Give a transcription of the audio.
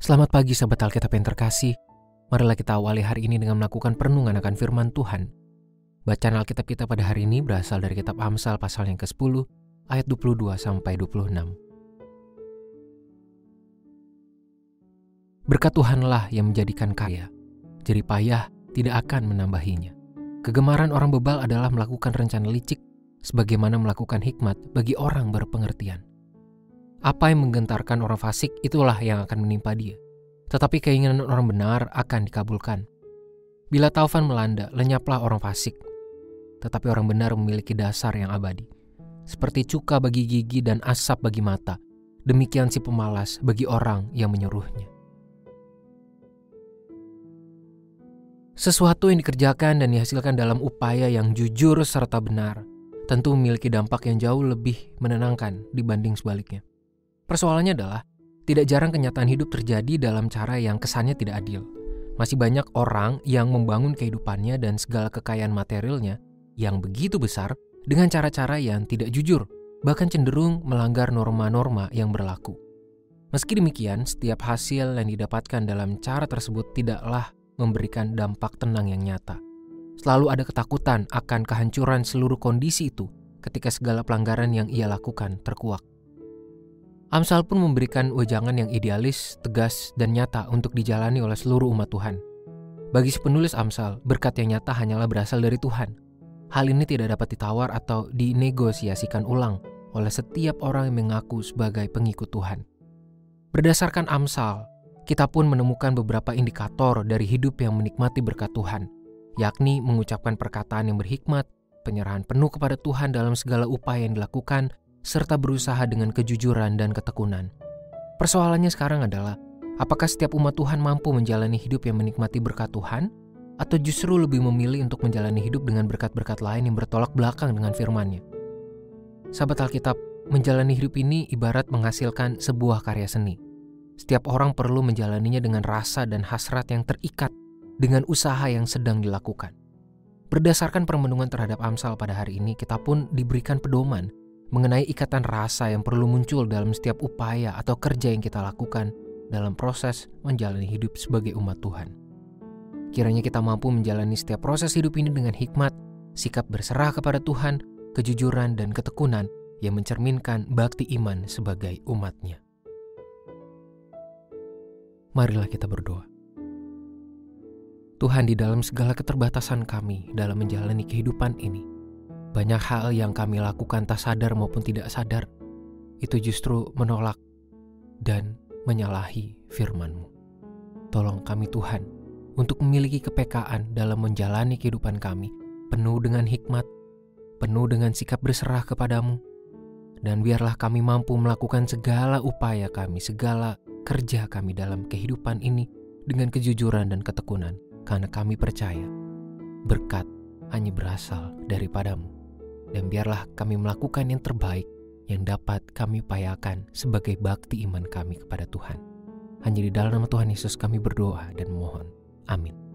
Selamat pagi sahabat Alkitab yang terkasih. Marilah kita awali hari ini dengan melakukan perenungan akan firman Tuhan. Bacaan Alkitab kita pada hari ini berasal dari kitab Amsal pasal yang ke-10 ayat 22-26. Berkat Tuhanlah yang menjadikan kaya, jerih payah tidak akan menambahinya. Kegemaran orang bebal adalah melakukan rencana licik, sebagaimana melakukan hikmat bagi orang berpengertian. Apa yang menggentarkan orang fasik itulah yang akan menimpa dia. Tetapi keinginan orang benar akan dikabulkan. Bila taufan melanda, lenyaplah orang fasik. Tetapi orang benar memiliki dasar yang abadi. Seperti cuka bagi gigi dan asap bagi mata, demikian si pemalas bagi orang yang menyuruhnya. Sesuatu yang dikerjakan dan dihasilkan dalam upaya yang jujur serta benar tentu memiliki dampak yang jauh lebih menenangkan dibanding sebaliknya. Persoalannya adalah, tidak jarang kenyataan hidup terjadi dalam cara yang kesannya tidak adil. Masih banyak orang yang membangun kehidupannya dan segala kekayaan materialnya yang begitu besar dengan cara-cara yang tidak jujur, bahkan cenderung melanggar norma-norma yang berlaku. Meski demikian, setiap hasil yang didapatkan dalam cara tersebut tidaklah memberikan dampak tenang yang nyata. Selalu ada ketakutan akan kehancuran seluruh kondisi itu ketika segala pelanggaran yang ia lakukan terkuak. Amsal pun memberikan wejangan yang idealis, tegas, dan nyata untuk dijalani oleh seluruh umat Tuhan. Bagi si penulis Amsal, berkat yang nyata hanyalah berasal dari Tuhan. Hal ini tidak dapat ditawar atau dinegosiasikan ulang oleh setiap orang yang mengaku sebagai pengikut Tuhan. Berdasarkan Amsal, kita pun menemukan beberapa indikator dari hidup yang menikmati berkat Tuhan, yakni mengucapkan perkataan yang berhikmat, penyerahan penuh kepada Tuhan dalam segala upaya yang dilakukan, serta berusaha dengan kejujuran dan ketekunan. Persoalannya sekarang adalah, apakah setiap umat Tuhan mampu menjalani hidup yang menikmati berkat Tuhan, atau justru lebih memilih untuk menjalani hidup dengan berkat-berkat lain yang bertolak belakang dengan firman-Nya? Sahabat Alkitab, menjalani hidup ini ibarat menghasilkan sebuah karya seni. Setiap orang perlu menjalaninya dengan rasa dan hasrat yang terikat dengan usaha yang sedang dilakukan. Berdasarkan permenungan terhadap Amsal pada hari ini, kita pun diberikan pedoman mengenai ikatan rasa yang perlu muncul dalam setiap upaya atau kerja yang kita lakukan dalam proses menjalani hidup sebagai umat Tuhan. Kiranya kita mampu menjalani setiap proses hidup ini dengan hikmat, sikap berserah kepada Tuhan, kejujuran dan ketekunan yang mencerminkan bakti iman sebagai umat-Nya. Marilah kita berdoa. Tuhan, di dalam segala keterbatasan kami dalam menjalani kehidupan ini, banyak hal yang kami lakukan tak sadar maupun tidak sadar, itu justru menolak dan menyalahi firman-Mu. Tolong kami Tuhan, untuk memiliki kepekaan dalam menjalani kehidupan kami, penuh dengan hikmat, penuh dengan sikap berserah kepadamu, dan biarlah kami mampu melakukan segala upaya kami, segala kerja kami dalam kehidupan ini dengan kejujuran dan ketekunan, karena kami percaya berkat hanya berasal daripadamu. Dan biarlah kami melakukan yang terbaik yang dapat kami upayakan sebagai bakti iman kami kepada Tuhan. Hanya di dalam nama Tuhan Yesus kami berdoa dan memohon. Amin.